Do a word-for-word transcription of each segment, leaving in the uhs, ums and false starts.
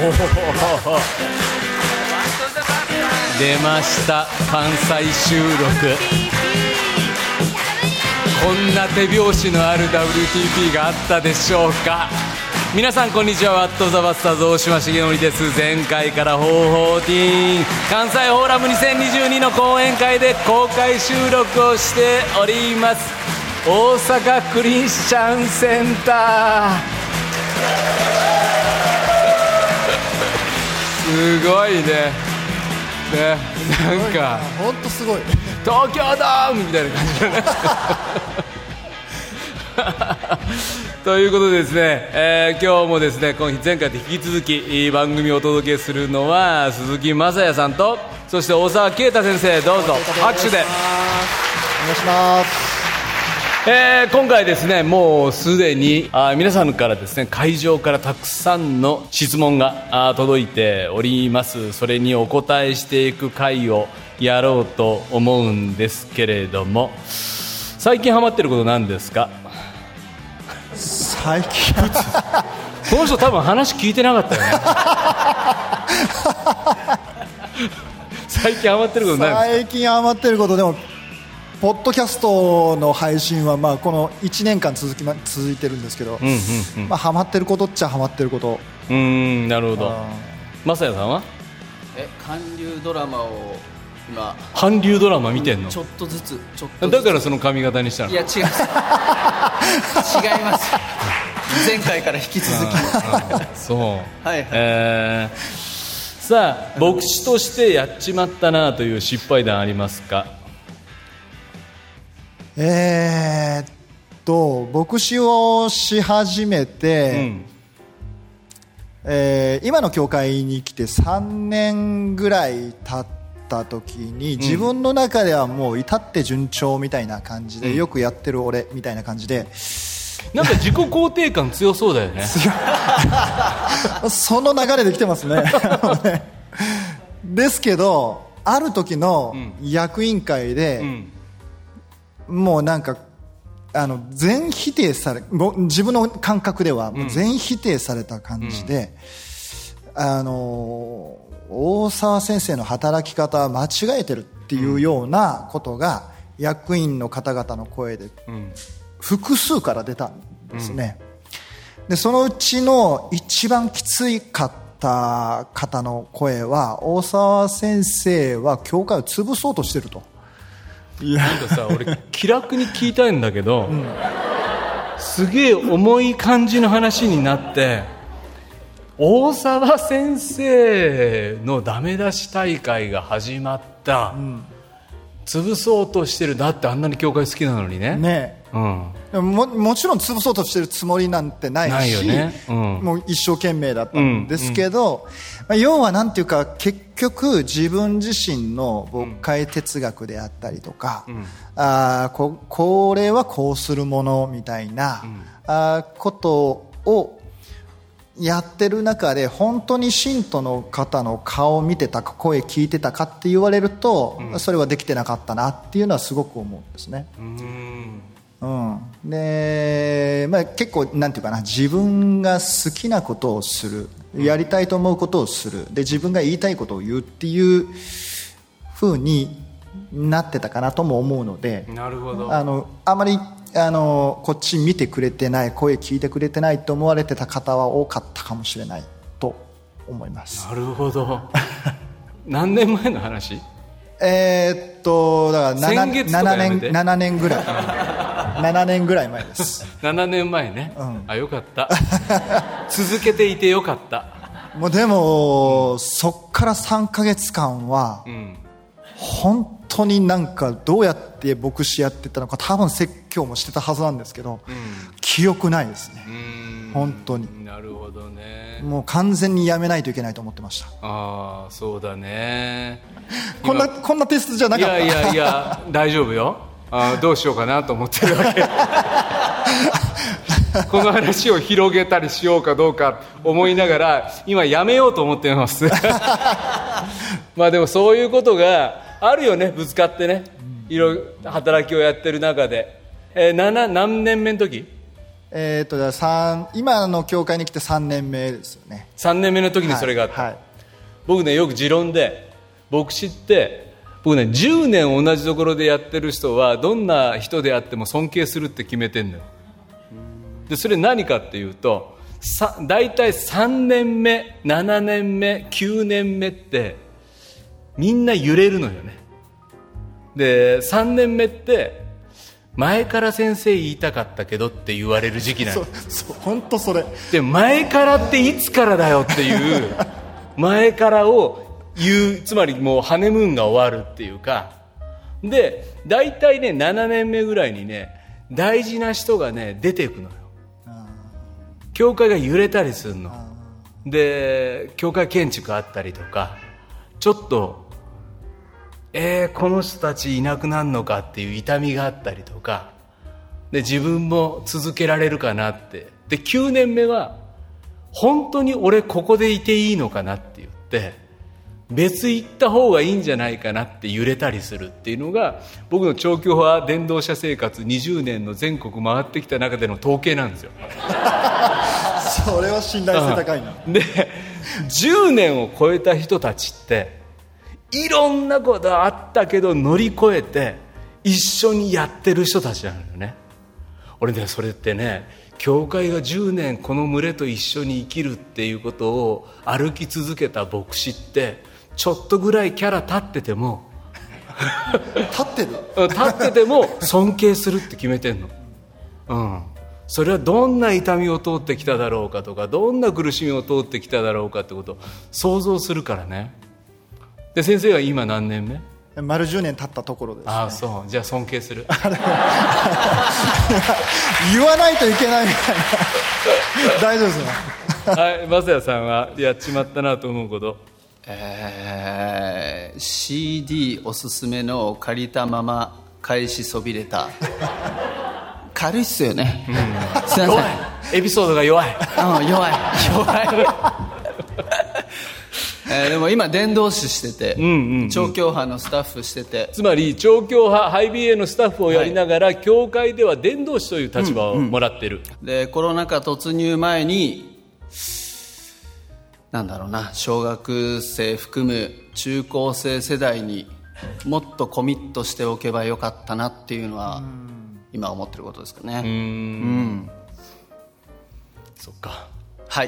出ました関西収録。こんな手拍子のある ダブリューティーピー があったでしょうか。皆さんこんにちは、ワットザバスターズ大島重則です。前回からフォーフォーティーン関西フォーラムにせんにじゅうにの講演会で公開収録をしております。大阪クリスチャンセンターすごいね。ね、なんか本当すごい東京ドームみたいな感じだねということでですね、えー、今日もですね今前回と引き続き番組をお届けするのは鈴木雅也さんと、そして大沢啓太先生、どうぞ拍手でお願いします。 えー、今回ですね、もうすでにあ皆さんからですね、会場からたくさんの質問があ届いております。それにお答えしていく会をやろうと思うんですけれども、最近ハマってることなんですか？ 最近この人多分話聞いてなかったよね最近ハマってることなんですか？ 最近ハマってることでもポッドキャストの配信はまあこのいちねんかん続き、ま、続いてるんですけど、うんうんうん、まあ、ハマってることっちゃハマってること。 うーん、なるほど。まさやさんはえ韓流ドラマを今韓流ドラマ見てんの？ ちょっとずつちょっとずつ。 だからその髪型にしたの？ いや違います違います前回から引き続きそうはいはい、 えー、さあ牧師としてやっちまったなという失敗談ありますか？ えー、っと牧師をし始めて、うん、えー、今の教会に来てさんねんぐらい経った時に、うん、自分の中ではもう至って順調みたいな感じで、うん、よくやってる俺みたいな感じで、 なんか自己肯定感強そうだよねその流れで来てますねですけどある時の役員会で、うん、もうなんかあの全否定され、自分の感覚では全否定された感じで、うん、あの大沢先生の働き方は間違えてるっていうようなことが役員の方々の声で複数から出たんですね、うん、でそのうちの一番きついかった方の声は、大沢先生は教会を潰そうとしてると。 いやなんかさ、俺気楽に聞いたいんだけど、うん、すげえ重い感じの話になって、大沢先生のダメ出し大会が始まった、うん、潰そうとしてる。だってあんなに教会好きなのにね。 ねえ、うん、も, もちろん潰そうとしてるつもりなんてないし、 ないよね、うん、 もう一生懸命だったんですけど、うんうん、まあ、要はなんていうか、結局自分自身の牧会哲学であったりとか、うん、あ こ, これはこうするものみたいな、うん、あことをやってる中で、本当に信徒の方の顔を見てたか声聞いてたかって言われると、うん、それはできてなかったなっていうのはすごく思うんですね。うん、うん、で、まあ、結構なんていうかな、自分が好きなことをする、やりたいと思うことをする、で自分が言いたいことを言うっていう風になってたかなとも思うので、 なるほど。 あのあまりあのこっち見てくれてない、声聞いてくれてないと思われてた方は多かったかもしれないと思います。 なるほど何年前の話？ えー、っとだから先月とかやめてななねんぐらいななねんぐらい前ですななねんまえね、うん、あ、よかった続けていてよかった。 もうでも、うん、そっからさんかげつかんは、うん、本当になんかどうやって牧師やってたのか、多分説教もしてたはずなんですけど、うん、記憶ないですね。うん、本当に。 なるほどね。 もう完全にやめないといけないと思ってました。 ああ、そうだねこんなこんなテストじゃなかった。 いやいやいや大丈夫よ。あ、どうしようかなと思ってるわけこの話を広げたりしようかどうか思いながら今やめようと思ってますまあでもそういうことがあるよね、ぶつかってね、いろいろ働きをやってる中で、えー、なな何年目の時えー、とじゃあさん今の教会に来てさんねんめですよね。 さんねんめの時にそれがあった、はいはい、僕ねよく持論で牧師って僕ねじゅうねん同じところでやってる人はどんな人であっても尊敬するって決めてんのよ。でそれ何かっていうとさ大体さんねんめななねんめきゅうねんめってみんな揺れるのよね。でさんねんめって前から先生言いたかったけどって言われる時期なの。 そう本当それで前からっていつからだよっていう前からを言う、つまりもうハネムーンが終わるっていうかで大体ねななねんめぐらいにね大事な人がね出ていくのよ。教会が揺れたりするので教会建築あったりとかちょっとえー、この人たちいなくなるのかっていう痛みがあったりとかで自分も続けられるかなってできゅうねんめは本当に俺ここでいていいのかなって言って別行った方がいいんじゃないかなって揺れたりするっていうのが僕の調教派伝道者生活にじゅうねんの全国回ってきた中での統計なんですよ。 それは信頼性高いな。 でじゅうねんを超えた人たちっていろんなことあったけど乗り越えて一緒にやってる人たちなのよね。俺ねそれってね教会がじゅうねんこの群れと一緒に生きるっていうことを歩き続けた牧師ってちょっとぐらいキャラ立ってても立ってる立ってても尊敬するって決めてんの、うん、それはどんな痛みを通ってきただろうかとかどんな苦しみを通ってきただろうかってことを想像するからね。で先生は今何年目？ 丸じゅうねん経ったところです、ね、 ああそうじゃあ尊敬する言わないといけないみたいな大丈夫ですねはい正也さんはやっちまったなと思うこと。 えー、シーディー おすすめのを借りたまま返しそびれた軽いっすよね、うん、すいません弱いエピソードが弱い、 うん、弱い弱いえー、でも今伝道師してて、うんうんうん、調教派のスタッフしててつまり調教派ハイビーエーのスタッフをやりながら、はい、教会では伝道師という立場をもらってる、 うんうん、でコロナ禍突入前になんだろうな小学生含む中高生世代にもっとコミットしておけばよかったなっていうのは今思ってることですかね。うーん、うん、 そっかはい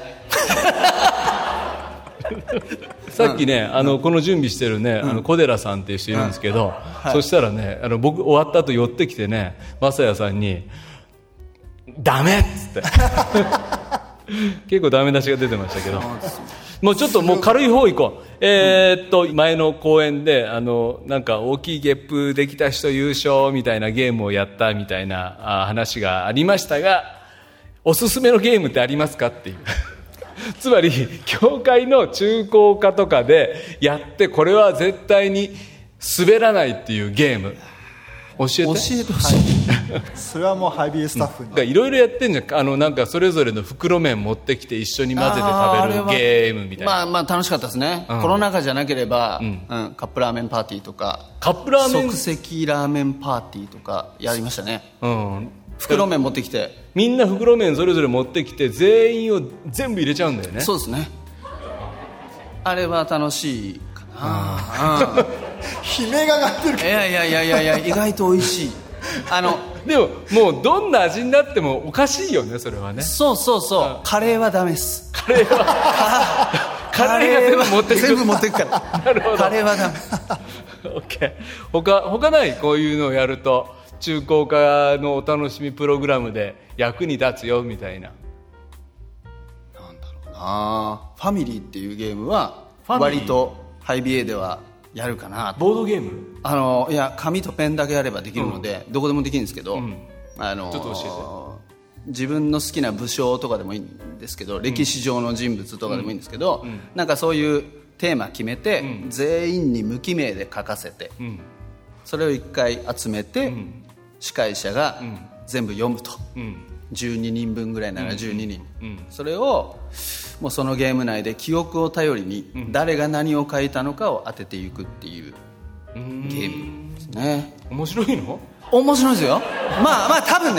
さっきね、うん、あのこの準備してるね、うん、あの小寺さんっていう人いるんですけど、うんはい、そしたらねあの僕終わった後寄ってきてね正也さんにダメっつって結構ダメ出しが出てましたけどもうちょっともう軽い方行こう。えー、っと前の公演であのなんか大きいゲップできた人優勝みたいなゲームをやったみたいな話がありましたがおすすめのゲームってありますかっていうつまり教会の中高化とかでやってこれは絶対に滑らないっていうゲーム教えて教えてほしい、 はい、それはもうハイビーエースタッフにいろいろやってんじゃん。あのなんかそれぞれの袋麺持ってきて一緒に混ぜて食べるゲームみたいな。 まあまあ楽しかったですね、うん、コロナ禍じゃなければ、うんうん、カップラーメンパーティーとかカップラーメン即席ラーメンパーティーとかやりましたね、うん、袋麺持ってきてみんな袋麺それぞれ持ってきて全員を全部入れちゃうんだよね。 そうですね。あれは楽しいかな、うん、 悲鳴が上がってるけどいやいやいやいやいや意外と美味しいあのでももうどんな味になってもおかしいよねそれはね。 そうそうそう、うん、カレーはダメです。 カレーはカレーが全部持ってく全部持ってくからなるほどカレーはダメオッケー。他他ないこういうのをやると中高化のお楽しみプログラムで役に立つよみたいな。 なんだろうなファミリーっていうゲームは割とハイビエーではやるかな。 ボードゲームあのいや紙とペンだけあればできるので、うん、どこでもできるんですけど、うん、あのちょっと教えて。 自分の好きな武将とかでもいいんですけど、うん、歴史上の人物とかでもいいんですけど、うん、なんかそういうテーマ決めて、うん、全員に無記名で書かせて、うん、それを一回集めて、うん、司会者が全部読むと、うん、じゅうににんぶんぐらいならじゅうににん、うんうん、それをもうそのゲーム内で記憶を頼りに誰が何を書いたのかを当てていくっていうゲームですね。 面白いの？ 面白いですよ。まあまあ多分ね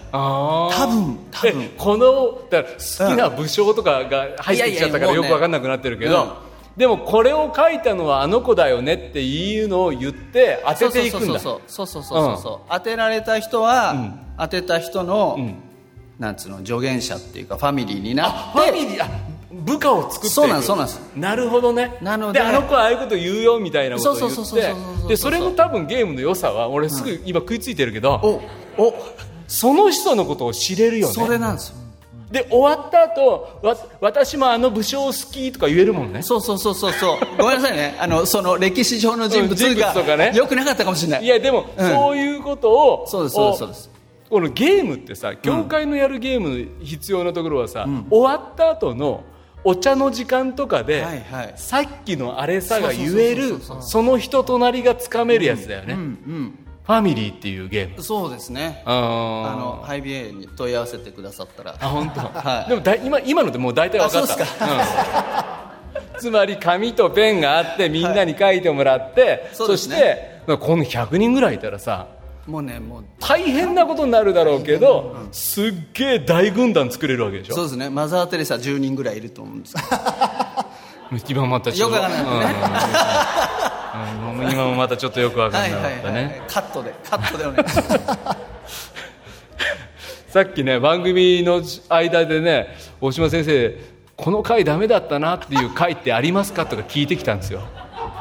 多分多分このだから好きな武将とかが入ってきちゃったからよく分かんなくなってるけど、でもこれを書いたのはあの子だよねっていうのを言って当てていくんだ。 そうそうそうそうそうそう、うん、当てられた人は、うん、当てた人の、うん、なんつうの助言者っていうかファミリーになって、 ファミリー、あ、部下を作っていく。 そうなんですそうなんです。 なるほどね。 なのでであの子はああいうこと言うよみたいなことを言って、でそれも多分ゲームの良さは俺すぐ今食いついてるけど、うん、おおその人のことを知れるよね。 それなんですよ。 で終わった後わ私もあの武将好きとか言えるもんね。 そうそうそうそうそうごめんなさいね、あのその歴史上の人物がとかね、 よくなかったかもしれない。 いやでも、うん、そういうことをそうですそうですそうです。 このゲームってさ、教会のやるゲームの必要なところはさ、うん、終わった後のお茶の時間とかで、はいはい、さっきのあれさが言えるその人となりがつかめるやつだよね、うんうんうん、ファミリーっていうゲーム。 そうですね。あのハイビエに問い合わせてくださったら。 あ本当、はい、でもだ 今, 今のでもう大体分かった。そうですか、うん、つまり紙とペンがあってみんなに書いてもらって、はい、そ, そして、ね、このひゃくにんぐらいいたらさ、 もうね、もう大変なことになるだろうけど、うん、すっげえ大軍団作れるわけでしょ。 そうですね。マザー・テレサじゅうにんぐらいいると思うんですけど今またちょっとよくわかんないね、 うん、今もまたちょっとよくわかんなかったね、はいはいはい、 カットでカットでお願いしますさっきね番組の間でね、大島先生この回ダメだったなっていう回ってありますかとか聞いてきたんですよ。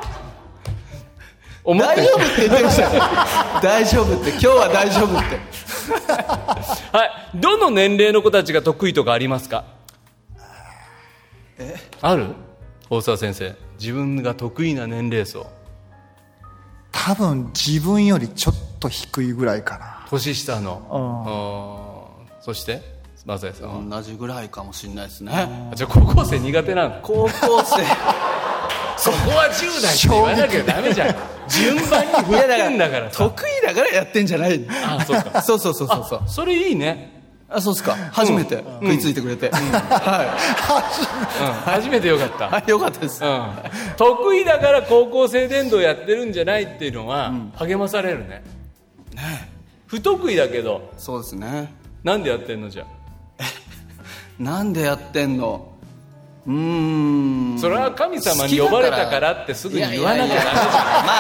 大丈夫って言ってました大丈夫って今日は大丈夫ってはい、どの年齢の子たちが得意とかありますか？ えある？大沢先生、自分が得意な年齢層。 多分自分よりちょっと低いぐらいかな。 年下の、うん、そして松谷さん同じぐらいかもしれないですね。 じゃあ高校生苦手なの？ 高校生そこはじゅう代って言わなきゃダメじゃん順番に振ってんだからさ。 得意だからやってんじゃない。 ああそうかそうそうそうそうそう。 それいいね。 あ、そうですか。初めて食いついてくれて、うんうん、 はい、うん、初めてよかった、 はい、よかったです、 うん、得意だから高校生伝道やってるんじゃないっていうのは励まされるね、 うん、ね。 不得意だけど。 そうですね。 なんでやってんのじゃあなんでやってんの。うーん、 それは神様に呼ばれたからってすぐに言わなきゃダメじゃん。まあ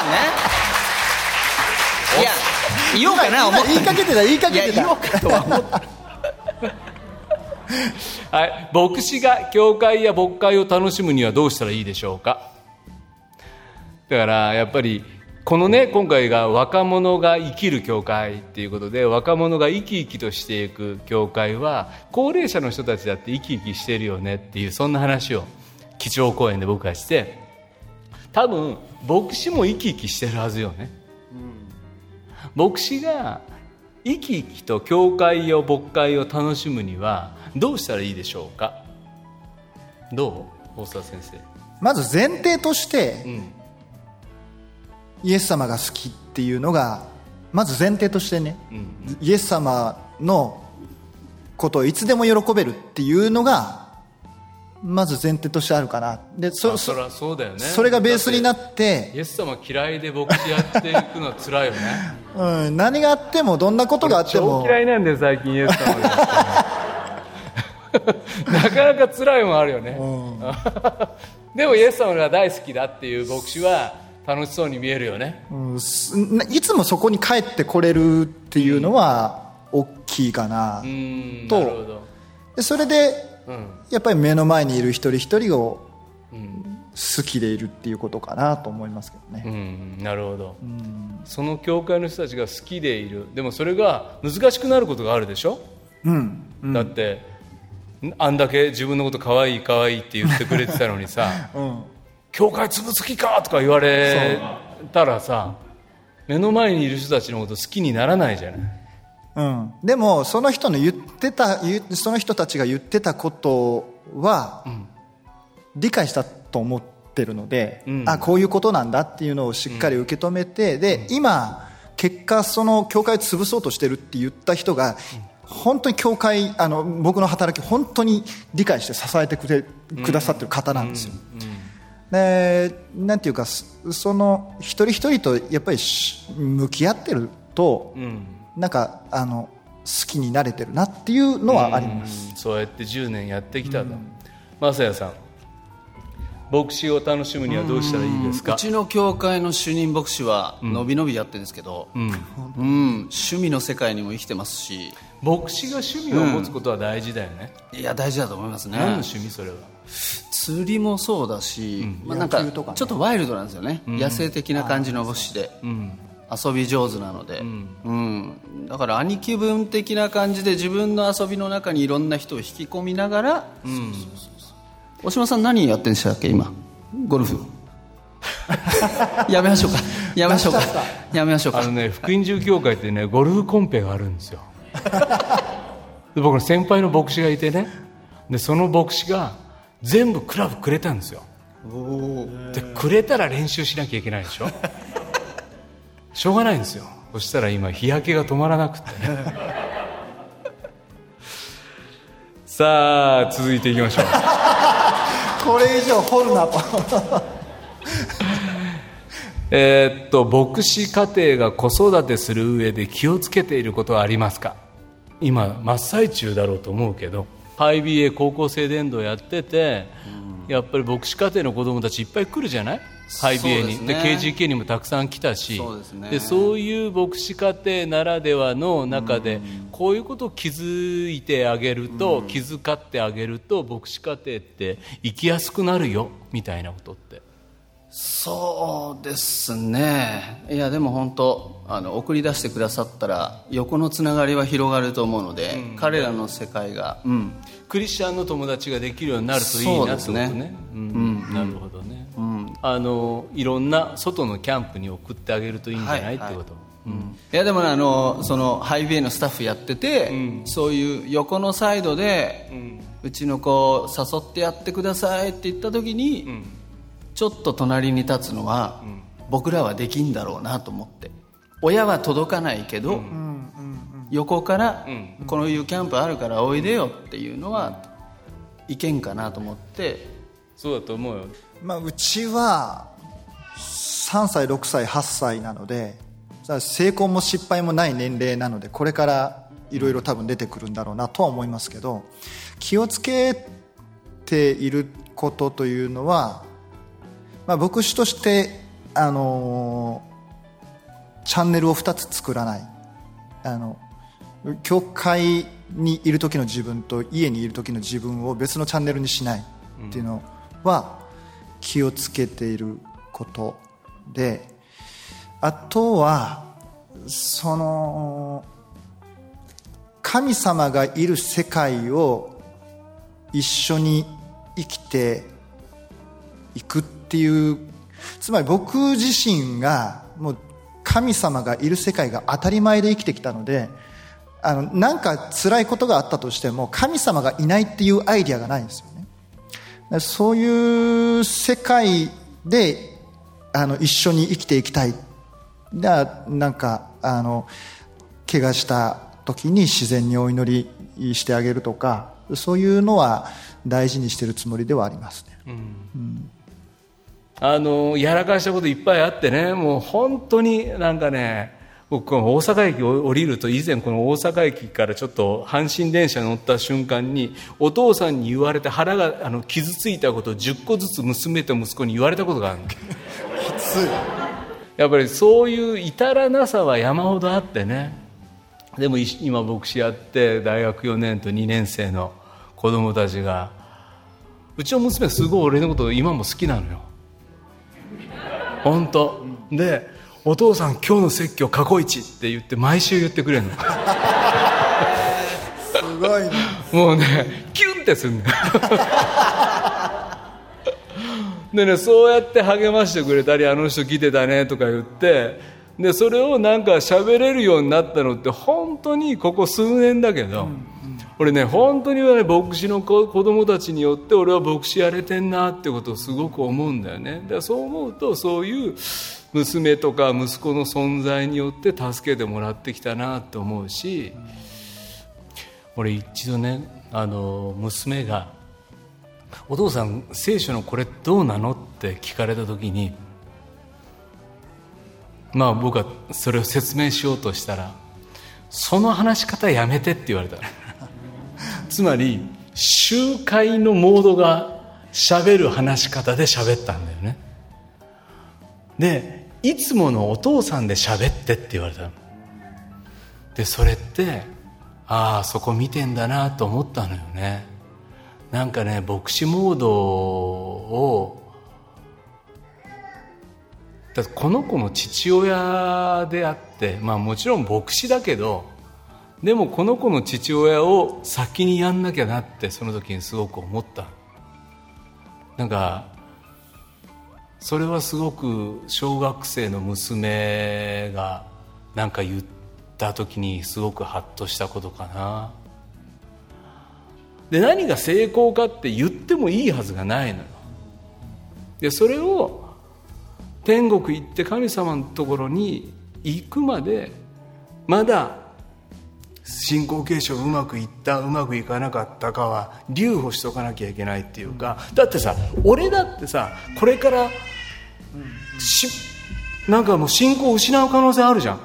ね。いや言おうかな思った。 言いかけてた言いかけてた。 いや言おうかとは思ったはい、牧師が教会や牧会を楽しむにはどうしたらいいでしょうか。だからやっぱりこのね、今回が若者が生きる教会っていうことで、若者が生き生きとしていく教会は高齢者の人たちだって生き生きしてるよねっていう、そんな話を基調講演で僕はして、多分牧師も生き生きしてるはずよね、うん、牧師が生き生きと教会を牧会を楽しむにはどうしたらいいでしょうか。どう？大沢先生。 まず前提として、うん、イエス様が好きっていうのがまず前提としてね、うん、イエス様のことをいつでも喜べるっていうのがまず前提としてあるかな。で そ, そ, そ, そうだよね。 それがベースになって、 イエス様嫌いで牧師やっていくのは辛いよね、 うん、何があってもどんなことがあっても。 超嫌いなんだよ最近イエス様がなかなか辛いもんあるよね、うん、でもイエス様が大好きだっていう牧師は楽しそうに見えるよね、 うん、いつもそこに帰ってこれるっていうのは大きいかな、うん、と。なるほど。でそれで、うん、やっぱり目の前にいる一人一人を好きでいるっていうことかなと思いますけどね、 うん、なるほど、うん、その教会の人たちが好きでいる。でもそれが難しくなることがあるでしょ、うんうん、だってあんだけ自分のこと可愛い可愛いって言ってくれてたのにさ、うん、教会潰す気かとか言われたらさ、目の前にいる人たちのこと好きにならないじゃない、 うん、でもその人の言ってたその人たちが言ってたことは、うん、理解したと思ってるので、うん、あこういうことなんだっていうのをしっかり受け止めて、うん、で今結果その教会を潰そうとしてるって言った人が、うん、本当に教会あの僕の働き本当に理解して支えてくれくださってる方なんですよ、うんうんうん、でなんていうかその一人一人とやっぱり向き合ってると、うん、なんかあのきになれてるなっていうのはあります。 うん、そうやってじゅうねんやってきたと。正也さん、牧師を楽しむにはどうしたらいいですか？ うちの教会の主任牧師はのびのびやってるんですけど、うんうん、趣味の世界にも生きてますし、 牧師が趣味を持つことは大事だよね、 うん、いや大事だと思いますね。 何の趣味それは？ 釣りもそうだし、うんまあ、なんかちょっとワイルドなんですよね、うん、野生的な感じの牧師で、うん、遊び上手なので、うんうん、だから兄貴分的な感じで自分の遊びの中にいろんな人を引き込みながら、うん、大島さん何やってるんでしたっけ今？ゴルフやめましょうかやめましょうかやめましょうか。 あのね、福音住教会ってねゴルフコンペがあるんですよで僕の先輩の牧師がいてね、でその牧師が全部クラブくれたんですよ。でくれたら練習しなきゃいけないでしょしょうがないんですよ。そしたら今日焼けが止まらなくてねさあ続いていきましょうこれ以上掘るなとえっと牧師家庭が子育てする上で気をつけていることはありますか？今真っ最中だろうと思うけど、ハイビーエー 高校生伝道やってて、うん、やっぱり牧師家庭の子供たちいっぱい来るじゃない、ハイビーエー に。で、ね、ケージーケー にもたくさん来たし、そうですね、でそういう牧師家庭ならではの中で、うん、こういうことを気づいてあげると、うん、気遣ってあげると牧師家庭って生きやすくなるよみたいなことって。 そうですね。いやでも本当あの送り出してくださったら横のつながりは広がると思うので、うん、彼らの世界が、うん、 クリスチャンの友達ができるようになるといいなってことね。 ね、 うんうん、なるほどね、うん、あのいろんな外のキャンプに送ってあげるといいんじゃない、はい、ってこと、 うん、いやでも、ね、あのそのハイビーエーのスタッフやってて、うん、そういう横のサイドで、うん、うちの子誘ってやってくださいって言った時に、うん、ちょっと隣に立つのは、うん、僕らはできんだろうなと思って、親は届かないけど、うん、横から、うん、こういうキャンプあるからおいでよっていうのは、うん、いけんかなと思って。 そうだと思うよ、 まあ、うちはさんさいろくさいはっさいなので成功も失敗もない年齢なので、これからいろいろ多分出てくるんだろうなとは思いますけど、気をつけていることというのは、まあ、牧師として、あのー、チャンネルをふたつ作らない、あの教会にいる時の自分と家にいる時の自分を別のチャンネルにしないっていうのは気をつけていることで、あとはその神様がいる世界を一緒に生きていくっていう、つまり僕自身がもう神様がいる世界が当たり前で生きてきたので、あのなんか辛いことがあったとしても神様がいないっていうアイディアがないんですよね。そういう世界であの一緒に生きていきたい。だなんかあの怪我した時に自然にお祈りしてあげるとか、そういうのは大事にしているつもりではありますね、うんうん、 あのやらかしたこといっぱいあってね、もう本当になんかね、僕この大阪駅を降りると、以前この大阪駅からちょっと阪神電車に乗った瞬間にお父さんに言われて腹があの傷ついたことをじゅっこずつ娘と息子に言われたことがあるきつい。やっぱりそういう至らなさは山ほどあってね。でも今牧師やって大学よねんとにねん生の子供たちが、うちの娘すごい俺のこと今も好きなのよ本当で、お父さん今日の説教過去一って言って毎週言ってくれるのすごいね。 もうねキュンってするんだよでね、そうやって励ましてくれたり、あの人来てたねとか言って、でそれをなんか喋れるようになったのって本当にここ数年だけど、うんうん、俺ね本当にはね牧師の子供たちによって俺は牧師やれてんなってことをすごく思うんだよね。だからそう思うと、そういう娘とか息子の存在によって助けてもらってきたなと思うし、俺一度ね、あの娘がお父さん聖書のこれどうなのって聞かれた時に、まあ僕はそれを説明しようとしたら、 その話し方やめてって言われたつまり集会のモードが喋る話し方で喋ったんだよね。でいつものお父さんで喋ってって言われたので、それってああそこ見てんだなと思ったのよね。なんかね牧師モードをだってこの子の父親であって、まあ、もちろん牧師だけどでもこの子の父親を先にやんなきゃなってその時にすごく思った。なんかそれはすごく小学生の娘がなんか言った時にすごくハッとしたことかな。で何が成功かって言ってもいいはずがないのよ。でそれを天国行って神様のところに行くまでまだ信仰継承うまくいったうまくいかなかったかは留保しとかなきゃいけないっていうか、だってさ俺だってさこれからしなんかもう信仰を失う可能性あるじゃん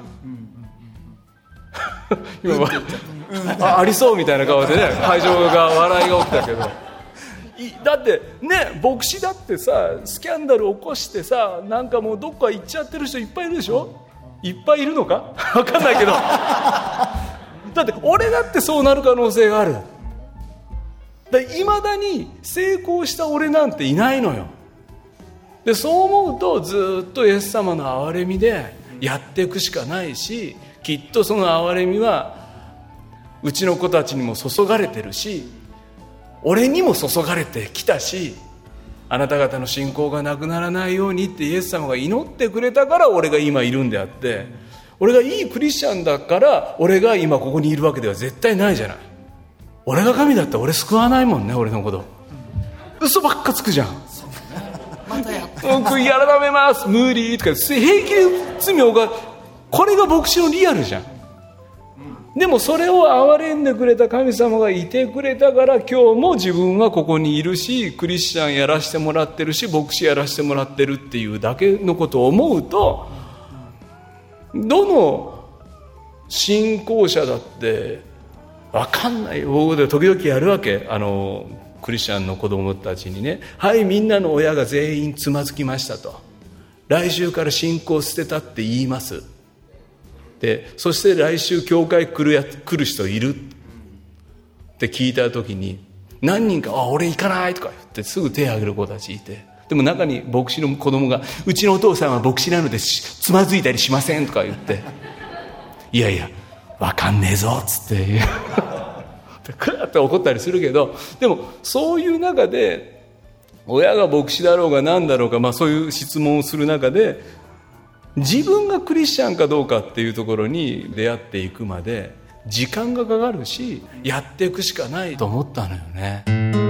今はあ, ありそうみたいな顔でね会場が笑いが起きたけどだってね牧師だってさスキャンダル起こしてさなんかもうどっか行っちゃってる人いっぱいいるでしょ。いっぱいいるのか分かんないけどだって俺だってそうなる可能性がある。いまだに成功した俺なんていないのよ。でそう思うとずっとイエス様の憐れみでやっていくしかないし、きっとその憐れみはうちの子たちにも注がれてるし俺にも注がれてきたし、あなた方の信仰がなくならないようにってイエス様が祈ってくれたから俺が今いるんであって、俺がいいクリスチャンだから俺が今ここにいるわけでは絶対ないじゃない。俺が神だったら俺救わないもんね。俺のこと嘘ばっかつくじゃんまたやった悔い改めます無理とか平気で罪を犯す。これが牧師のリアルじゃん。でもそれを憐れんでくれた神様がいてくれたから今日も自分はここにいるしクリスチャンやらせてもらってるし牧師やらせてもらってるっていうだけのことを思うと、どの信仰者だって分かんないよ。で時々やるわけ、あのクリスチャンの子供たちにね、はいみんなの親が全員つまずきましたと、来週から信仰捨てたって言います。でそして来週教会来るや来る人いるって聞いた時に何人かあ俺行かないとか言ってすぐ手を挙げる子たちいて、でも中に牧師の子供がうちのお父さんは牧師なのでつまずいたりしませんとか言っていやいや分かんねえぞっつってクラッと怒ったりするけど、でもそういう中で親が牧師だろうが何だろうか、まあ、そういう質問をする中で自分がクリスチャンかどうかっていうところに出会っていくまで時間がかかるしやっていくしかないと思ったのよね。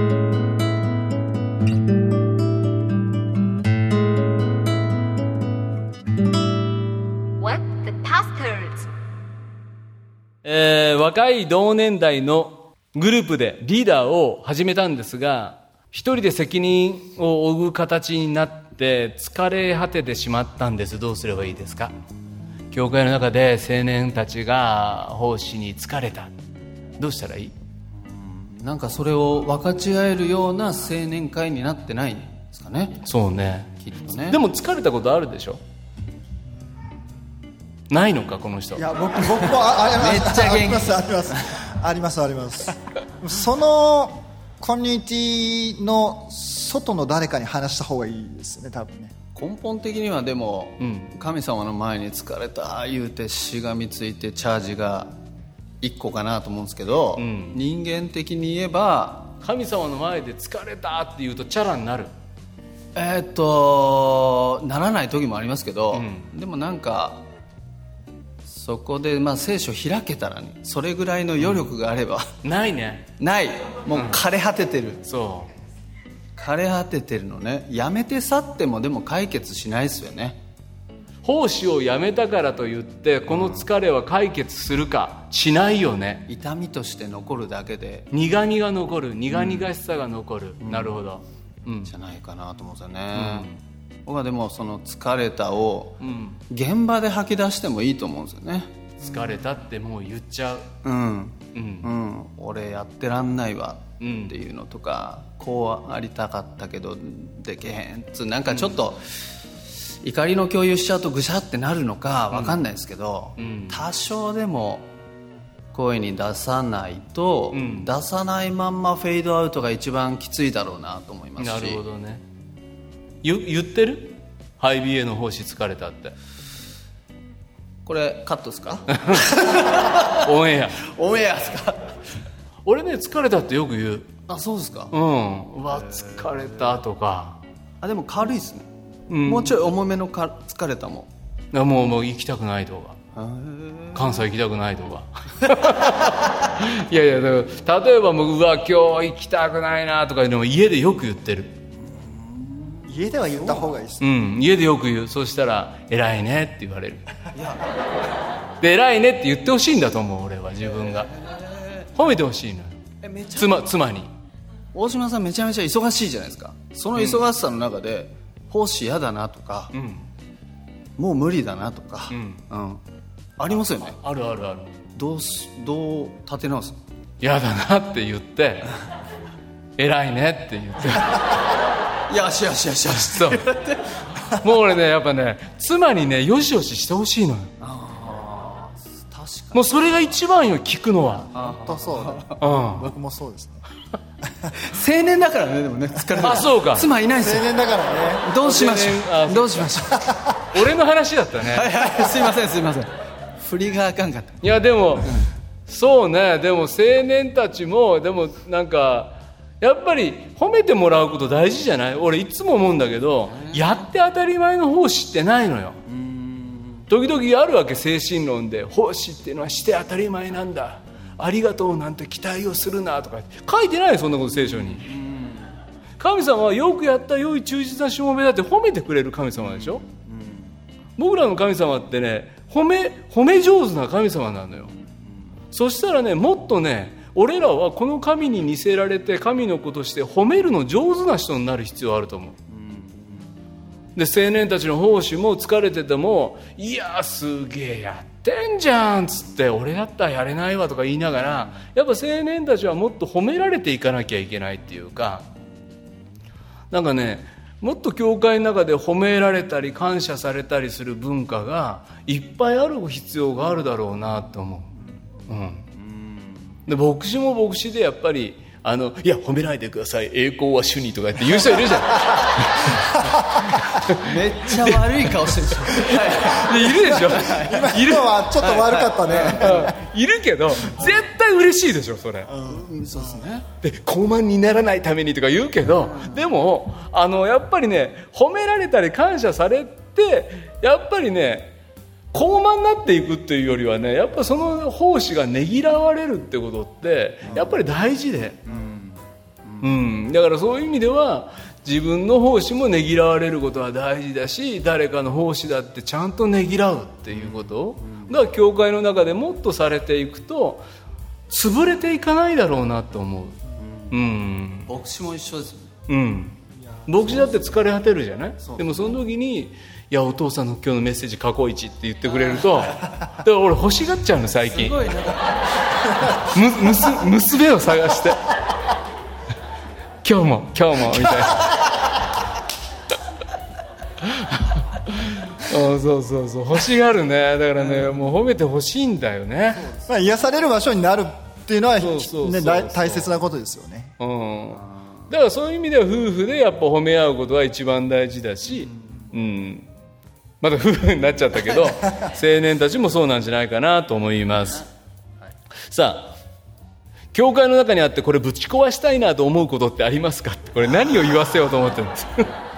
えー、若い同年代のグループでリーダーを始めたんですが、一人で責任を負う形になって疲れ果ててしまったんです。どうすればいいですか？教会の中で青年たちが奉仕に疲れた。どうしたらいい？ なんかそれを分かち合えるような青年会になってないんですかね。 そうね、 きっとね。 でも疲れたことあるでしょ？ないのかこの人。 いや僕僕もあありますめっちゃ元気ありますありますありますありますそのコミュニティの外の誰かに話した方がいいですね多分ね。 根本的にはでも、 うん、 神様の前に疲れた言うてしがみついてチャージがいっこかなと思うんですけど、うん、人間的に言えば神様の前で疲れたって言うとチャラになる。 えー、っとならない時もありますけど、うん、でもなんかそこでまあ聖書開けたらね、それぐらいの余力があれば、 うん、ないね。 ないもう枯れ果ててる、 うん、そう枯れ果ててるのね。やめて去ってもでも解決しないですよね。 奉仕をやめたからといってこの疲れは解決するか、しないよね。 痛みとして残るだけで苦みが残る、苦々しさが残る、うん、なるほど、 うん、じゃないかなと思うんですよね、うん、僕はでもその疲れたを現場で吐き出してもいいと思うんですよね。 疲れたってもう言っちゃう、 うん、 うんうん、俺やってらんないわっていうのとか、うん、こうありたかったけどでけへんっつ、なんかちょっと、うん、怒りの共有しちゃうとぐしゃってなるのか分かんないですけど、うん、多少でも声に出さないと、うん、出さないまんまフェードアウトが一番きついだろうなと思いますし。 なるほどね。言ってる？ハイビーエー の奉仕疲れたって。 これカットですか？ オンエアオンエアですか？ 俺ね、疲れたってよく言う。 あ、そうですか。 うん、うわ疲れたとか。 あ、でも軽いですね、うん、もうちょい重めのか疲れたもん。もう、もう行きたくないとか、関西行きたくないとか。いやいや、だから例えばもう、うわ今日行きたくないなとかいうのも家でよく言ってる。 家では言った方がいいです、 うん、家でよく言う。そうしたら偉いねって言われる。いやで偉いねって言ってほしいんだと思う。俺は自分が褒めてほしいのよ。えめちゃ妻妻に。 大島さんめちゃめちゃ忙しいじゃないですか。その忙しさの中で、うん、奉仕嫌だなとか、うん、もう無理だなとか、うんうん、ありますよね。 あるあるある。 どうすどう立て直す？ 嫌だなって言って偉いねって言ってよしよしよしよし。 そうもう俺ね、やっぱね、妻にねよしよししてほしいのよ。 あ、確かに。 もうそれが一番よ、聞くのは。 本当そうね、うん、僕もそうですね。 青年だからね。でもね、疲れる。 あ、そうか。 妻いないですよ。 青年だからね。 どうしましょう。どうしましょう。俺の話だったね。 はいはい、すいませんすいません。振りがあかんかった。 いやでも、うん、そうね。でも青年たちもでもなんかやっぱり褒めてもらうこと大事じゃない？俺いつも思うんだけど、やって当たり前の奉仕ってないのよ。時々あるわけ、精神論で。奉仕っていうのはして当たり前なんだ、ありがとうなんて期待をするなとか書いてないよ、そんなこと聖書に。神様はよくやった良い忠実なしもべだって褒めてくれる神様でしょ。僕らの神様ってね、褒め褒め上手な神様なのよ。そしたらね、もっとね、俺らはこの神に似せられて神の子として褒めるの上手な人になる必要あると思う。で、青年たちの奉仕も疲れてても、いやすげえやってんじゃんっつって、俺だったらやれないわとか言いながら、やっぱ青年たちはもっと褒められていかなきゃいけないっていうか、なんかね、もっと教会の中で褒められたり感謝されたりする文化がいっぱいある必要があるだろうなと思う。うん。で、牧師も牧師でやっぱりあのいや褒めないでください、栄光は主にとかって言う人いるじゃん。 めっちゃ悪い顔してるでしょ。 いるでしょ。 いるのはちょっと悪かったね。 いるけど絶対嬉しいでしょそれ。 うん、そうですね。 で、高慢にならないためにとか言うけど、でもあのやっぱりね、褒められたり感謝されて、やっぱりね、高慢になっていくっていうよりはね、やっぱその奉仕がねぎらわれるってことってやっぱり大事で、うんうんうん、だからそういう意味では自分の奉仕もねぎらわれることは大事だし、誰かの奉仕だってちゃんとねぎらうっていうことが教会の中でもっとされていくと潰れていかないだろうなと思う。うん、 牧師も一緒ですよね。 うん、牧師だって疲れ果てるじゃない。でもその時に、いやお父さんの今日のメッセージ過去一って言ってくれると、だから俺欲しがっちゃうの最近。すごいね。むむす娘を探して今日も今日もみたいな。そうそうそうそう、欲しがるね。だからね、もう褒めてほしいんだよね。 まあ、癒される場所になるっていうのはね、大切なことですよね。 うん、だからそういう意味では夫婦でやっぱ褒め合うことが一番大事だし、うん、まだ夫婦になっちゃったけど青年たちもそうなんじゃないかなと思います。さあ、教会の中にあってこれぶち壊したいなと思うことってありますかって、これ何を言わせようと思ってるんです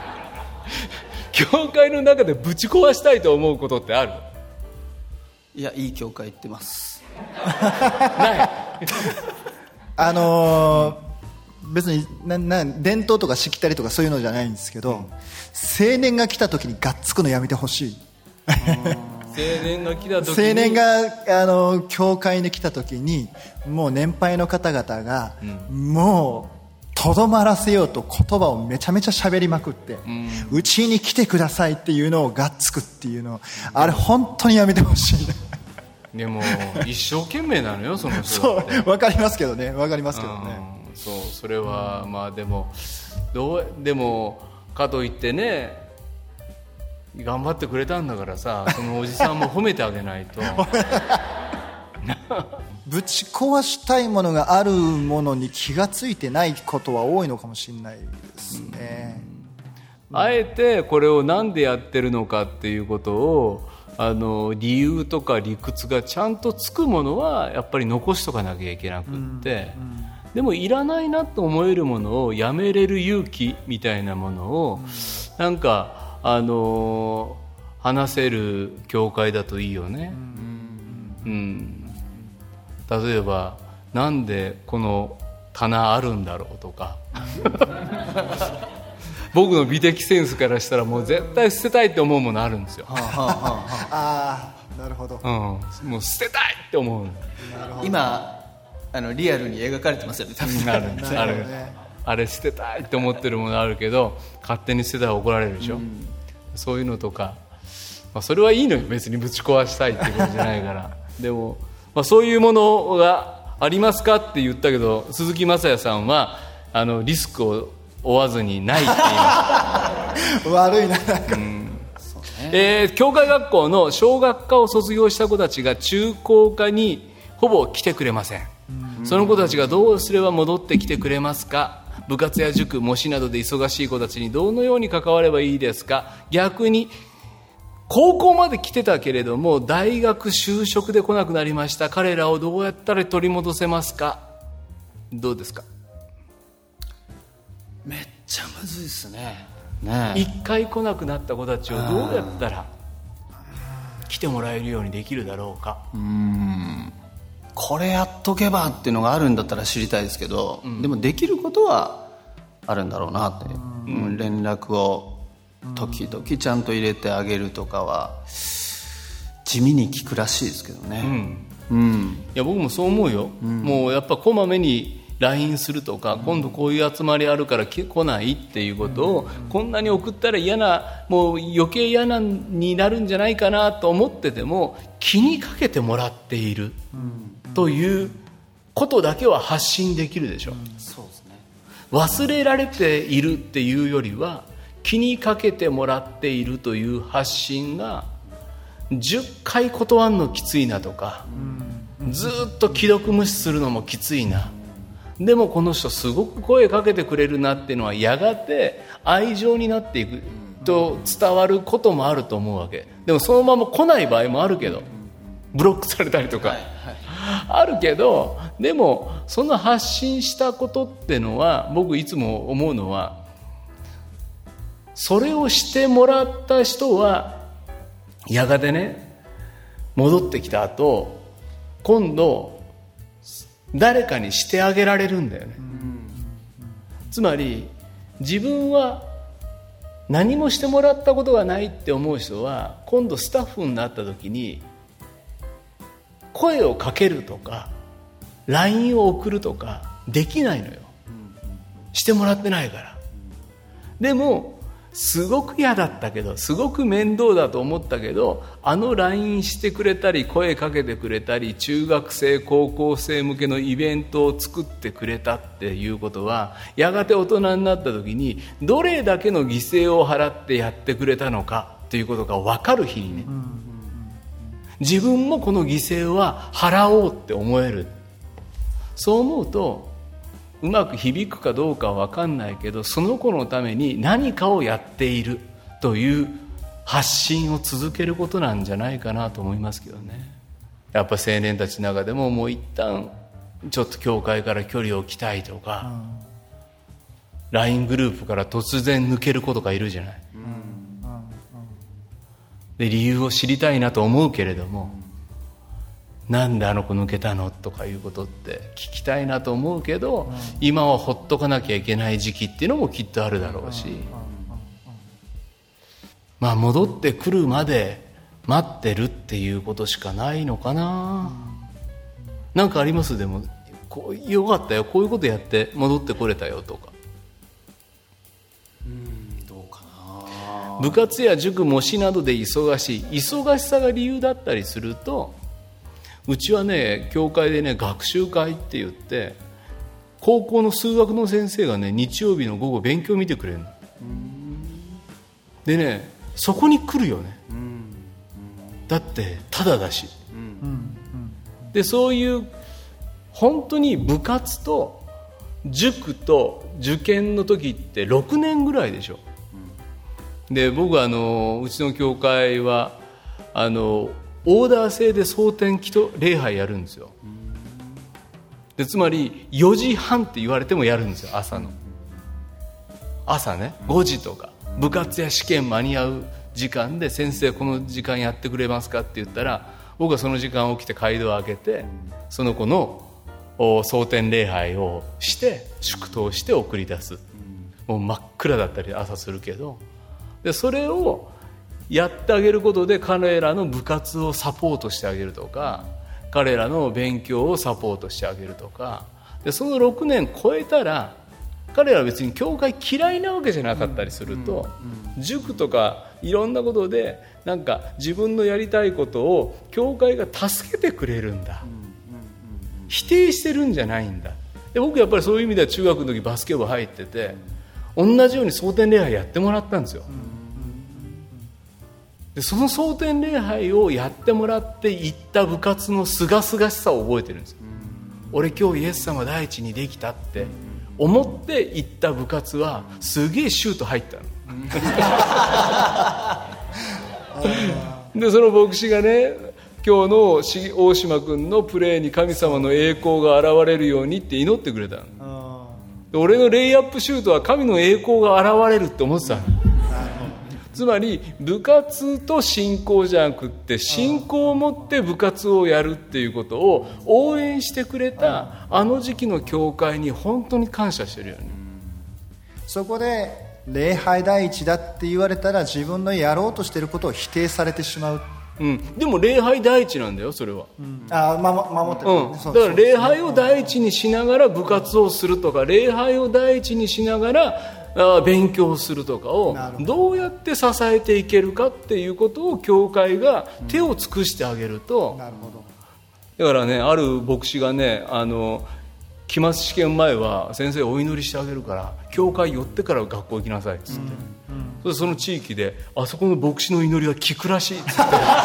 教会の中でぶち壊したいと思うことってある？ いや、いい教会行ってます。 ないあのー別になな伝統とかしきたりとかそういうのじゃないんですけど、うん、青年が来た時にガッツくのやめてほしい。 青年が来た時に青年があの教会に来た時にもう年配の方々が、うん、もうとどまらせようと言葉をめちゃめちゃ喋りまくってうち、ん、に来てくださいっていうのをガッツくっていうのを、あれ本当にやめてほしい。 でも一生懸命なのよその人だってそう分かりますけどね分かりますけどね、 うん、そうそれは、うん、まあでもどうでもかといってね頑張ってくれたんだからさそのおじさんも褒めてあげないとぶち壊したいものがあるものに気がついてないことは多いのかもしれないですね、 うん、あえてこれをなんでやってるのかっていうことをあの理由とか理屈がちゃんとつくものはやっぱり残しとかなきゃいけなくって、うんうん、でもいらないなと思えるものをやめれる勇気みたいなものを、うん、なんかあの話せる教会だといいよね、うんうんうん、例えばなんでこの棚あるんだろうとか僕の美的センスからしたらもう絶対捨てたいって思うものあるんですよ。はあはあはああなるほど、 うん、もう捨てたいって思う。 今あのリアルに描かれてますよね多分。 あるんですある、あれ捨てたいって思ってるものあるけど勝手に捨てたら怒られるでしょ、うん、そういうのとか、まあ、それはいいのよ別にぶち壊したいってことじゃないからでも、まあ、そういうものがありますかって言ったけど鈴木雅也さんはあのリスクを負わずにないって言いました悪いななんか、 うんえー、教会学校の小学科を卒業した子たちが中高科にほぼ来てくれません。その子たちがどうすれば戻ってきてくれますか。部活や塾模試などで忙しい子たちにどのように関わればいいですか。逆に高校まで来てたけれども大学就職で来なくなりました。彼らをどうやったら取り戻せますか。どうですか。 めっちゃむずいですね。 ねえ、一回来なくなった子たちをどうやったら来てもらえるようにできるだろうか。 うーんこれやっとけばっていうのがあるんだったら知りたいですけど、うん、でもできることはあるんだろうなって、うん、連絡を時々ちゃんと入れてあげるとかは地味に聞くらしいですけどね、 うんうん、いや僕もそう思うよ、うん、もうやっぱこまめにライン するとか、うん、今度こういう集まりあるから来ないっていうことを、うん、こんなに送ったら嫌なもう余計嫌なになるんじゃないかなと思ってても気にかけてもらっている、うんということだけは発信できるでしょ、うん、そうですね。忘れられているっていうよりは気にかけてもらっているという発信がじゅっかい断るのきついなとか、うん、ずっと既読無視するのもきついな、うん、でもこの人すごく声かけてくれるなっていうのはやがて愛情になっていくと伝わることもあると思うわけ。でもそのまま来ない場合もあるけどブロックされたりとか、はいはいあるけどでもその発信したことってのは僕いつも思うのはそれをしてもらった人はやがてね戻ってきた後今度誰かにしてあげられるんだよね、うん、つまり自分は何もしてもらったことがないって思う人は今度スタッフになった時に声をかけるとか ライン を送るとかできないのよ。してもらってないから。でもすごく嫌だったけどすごく面倒だと思ったけどあの ライン してくれたり声かけてくれたり中学生高校生向けのイベントを作ってくれたっていうことはやがて大人になった時にどれだけの犠牲を払ってやってくれたのかということが分かる日にね、うん自分もこの犠牲は払おうって思える。そう思うとうまく響くかどうかは分かんないけどその子のために何かをやっているという発信を続けることなんじゃないかなと思いますけどね。やっぱ青年たちの中でももう一旦ちょっと教会から距離を置きたいとか、うん、ライン グループから突然抜ける子とかいるじゃない、うんで理由を知りたいなと思うけれども、うん、なんであの子抜けたのとかいうことって聞きたいなと思うけど、うん、今はほっとかなきゃいけない時期っていうのもきっとあるだろうし、うん、まあ戻ってくるまで待ってるっていうことしかないのかな、うん、なんかありますでもこうよかったよこういうことやって戻ってこれたよとか。部活や塾模試などで忙しい忙しさが理由だったりするとうちはね教会でね学習会って言って高校の数学の先生がね日曜日の午後勉強見てくれるのでねそこに来るよね、うんうん、だってタダだし、うん、でそういう本当に部活と塾と受験の時ってろくねんぐらいでしょ、うん、で僕はあのうちの教会はあのオーダー制で蒼天祈祷礼拝やるんですよ。でつまりよじはんって言われてもやるんですよ。朝の朝ねごじとか部活や試験間に合う時間で先生この時間やってくれますかって言ったら僕はその時間起きて街道を開けてその子の蒼天礼拝をして祝祷して送り出す。もう真っ暗だったり朝するけどでそれをやってあげることで彼らの部活をサポートしてあげるとか彼らの勉強をサポートしてあげるとかでそのろくねん超えたら彼らは別に教会嫌いなわけじゃなかったりすると、うんうん、塾とかいろんなことでなんか自分のやりたいことを教会が助けてくれるんだ、うんうんうん、否定してるんじゃないんだ。で僕やっぱりそういう意味では中学の時バスケ部入ってて同じように蒼天礼拝やってもらったんですよ。でその蒼天礼拝をやってもらって行った部活のすがすがしさを覚えてるんですよ。俺今日イエス様第一にできたって思って行った部活はすげえシュート入ったのでその牧師がね今日の大島君のプレーに神様の栄光が現れるようにって祈ってくれたの。で俺のレイアップシュートは神の栄光が現れるって思ってたの。つまり部活と信仰じゃなくって信仰を持って部活をやるっていうことを応援してくれたあの時期の教会に本当に感謝してるよね。 そこで礼拝第一だって言われたら自分のやろうとしていることを否定されてしまう、 うん、でも礼拝第一なんだよそれは、うん、 あ守ってる、 うん、だから礼拝を第一にしながら部活をするとか礼拝を第一にしながら勉強するとかをどうやって支えていけるかっていうことを教会が手を尽くしてあげると、うん、なるほど。だからねある牧師がねあの期末試験前は先生お祈りしてあげるから教会寄ってから学校行きなさいっつって、うんうん、その地域であそこの牧師の祈りは効くらしいっつって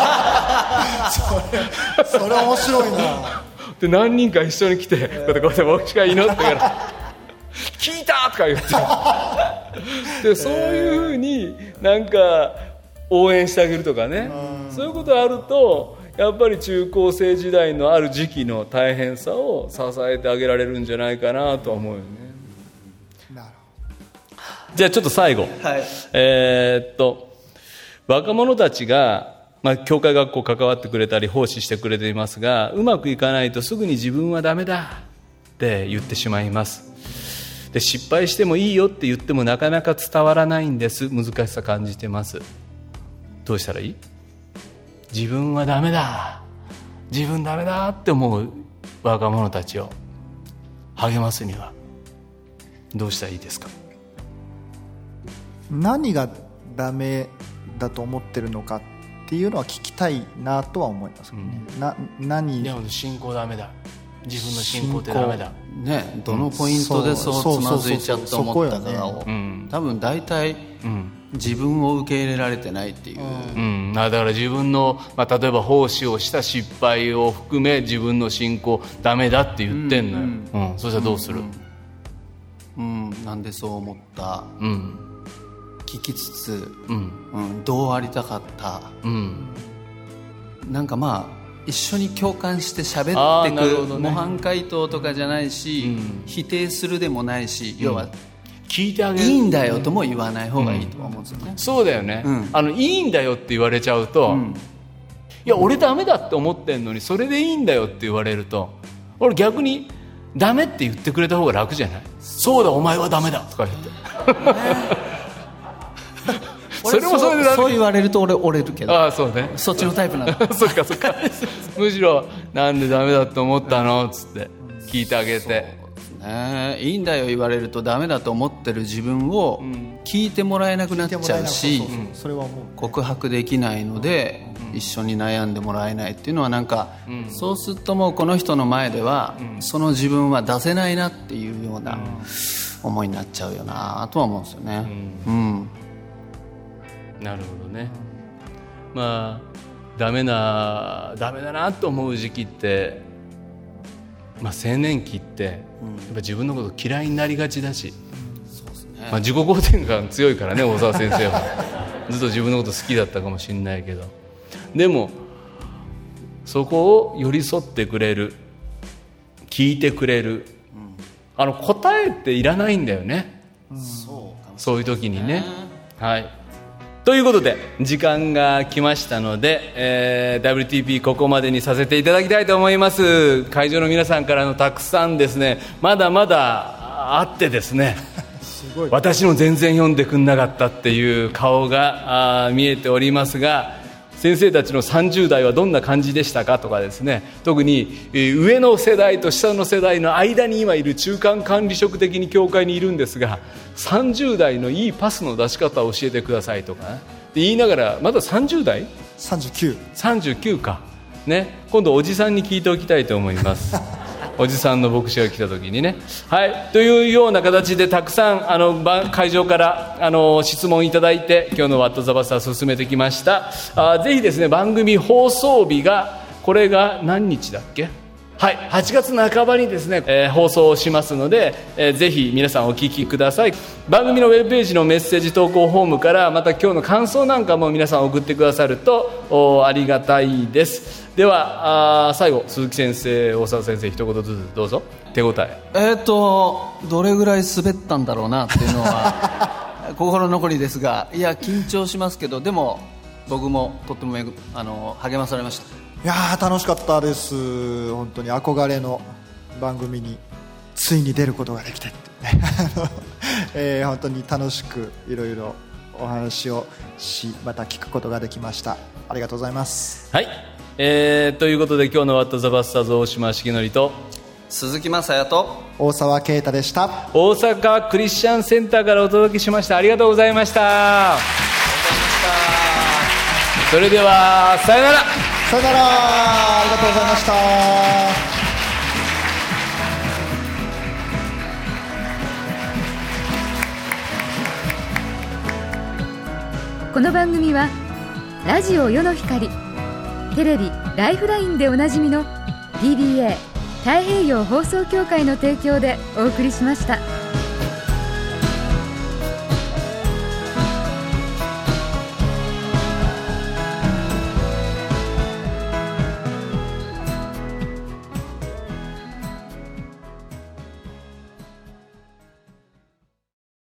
それ、それ面白いなで何人か一緒に来て、えー、こうやってこうやって牧師が祈ってから聞いたとか言ってでそういうふうになんか応援してあげるとかね、そういうことがあるとやっぱり中高生時代のある時期の大変さを支えてあげられるんじゃないかなと思うよね。なるほど。じゃあちょっと最後、はい、えー、っと若者たちが、まあ、教会学校関わってくれたり奉仕してくれていますがうまくいかないとすぐに自分はダメだって言ってしまいます。で失敗してもいいよって言ってもなかなか伝わらないんです。難しさ感じてます。どうしたらいい？自分はダメだ自分ダメだって思う若者たちを励ますにはどうしたらいいですか？ 何がダメだと思ってるのかっていうのは聞きたいなとは思いますけどね、うん、な何でも信仰ダメだ自分の信仰ってダメだ、 ね、どのポイントでそうつまずいちゃって思ったかを多分大体、うん、自分を受け入れられてないっていう、 うんうん、だから自分の、まあ、例えば奉仕をした失敗を含め自分の信仰ダメだって言ってんのよ、うんうん、そしたらどうする、 うんうん、なんでそう思った、うん、聞きつつ、うんうん、どうありたかった、うん、なんかまあ一緒に共感して喋ってく、ね、模範解答とかじゃないし、うん、否定するでもないし、うん、要は聞いてあげるいいんだよとも言わない方がいいと思うんですよね、 うん、そうだよね、うん、あのいいんだよって言われちゃうと、うん、いや俺ダメだって思ってんのにそれでいいんだよって言われると俺逆にダメって言ってくれた方が楽じゃない？そうだお前はダメだとか言って、ねそれもそれで そう, そう言われると俺折れるけどああそうねそっちのタイプなんだそっかそっかむしろなんでダメだと思ったのっつって聞いてあげて、 ね、いいんだよ言われるとダメだと思ってる自分を聞いてもらえなくなっちゃうし、告白できないので一緒に悩んでもらえないっていうのはなんか、うん、そうするともうこの人の前では、うん、その自分は出せないなっていうような思いになっちゃうよなとは思うんですよね、うんうん、 なるほどね。まあダメなダメだなと思う時期って、まあ、青年期ってやっぱ自分のこと嫌いになりがちだし、うんそうですねまあ、自己肯定感強いからね大沢先生はずっと自分のこと好きだったかもしれないけど、でもそこを寄り添ってくれる聞いてくれる、うん、あの答えっていらないんだよね、うん、そうかもしれないですね、そういう時にね、はい、ということで時間が来ましたので、えー、ダブリューティーピー ここまでにさせていただきたいと思います。会場の皆さんからのたくさんですねまだまだあってですねすごい私の全然読んでくんなかったっていう顔が見えておりますが、先生たちのさんじゅう代はどんな感じでしたかとかですね、特に上の世代と下の世代の間に今いる中間管理職的に教会にいるんですが、さんじゅう代のいいパスの出し方を教えてくださいとか、ね、で言いながらまださんじゅう代 さんじゅうきゅう, さんじゅうきゅうか、ね、今度おじさんに聞いておきたいと思いますおじさんの牧師が来た時にね、はい、というような形でたくさんあの会場からあの質問いただいて今日のワットザバスター進めてきました。あぜひですね番組放送日がこれが何日だっけ、はい、はちがつなかばにですね、えー、放送しますので、えー、ぜひ皆さんお聞きください。番組のウェブページのメッセージ投稿フォームからまた今日の感想なんかも皆さん送ってくださるとありがたいです。ではあ最後鈴木先生大沢先生一言ずつどうぞ。手応ええーとどれぐらい滑ったんだろうなっていうのは心残りですが、いや緊張しますけど、でも僕もとってもあの励まされました。 いやー楽しかったです。本当に憧れの番組についに出ることができて、えー、本当に楽しくいろいろお話をしまた聞くことができました。ありがとうございます。 はい、えー、ということで今日のワットザバスターズ大島重則と鈴木雅也と大沢啓太でした。 大阪クリスチャンセンターからお届けしました。ありがとうございました。それではさよなら。 さよなら。ありがとうございました。 この番組はラジオ世の光、テレビライフラインでおなじみの ティービーエー 太平洋放送協会の提供でお送りしました。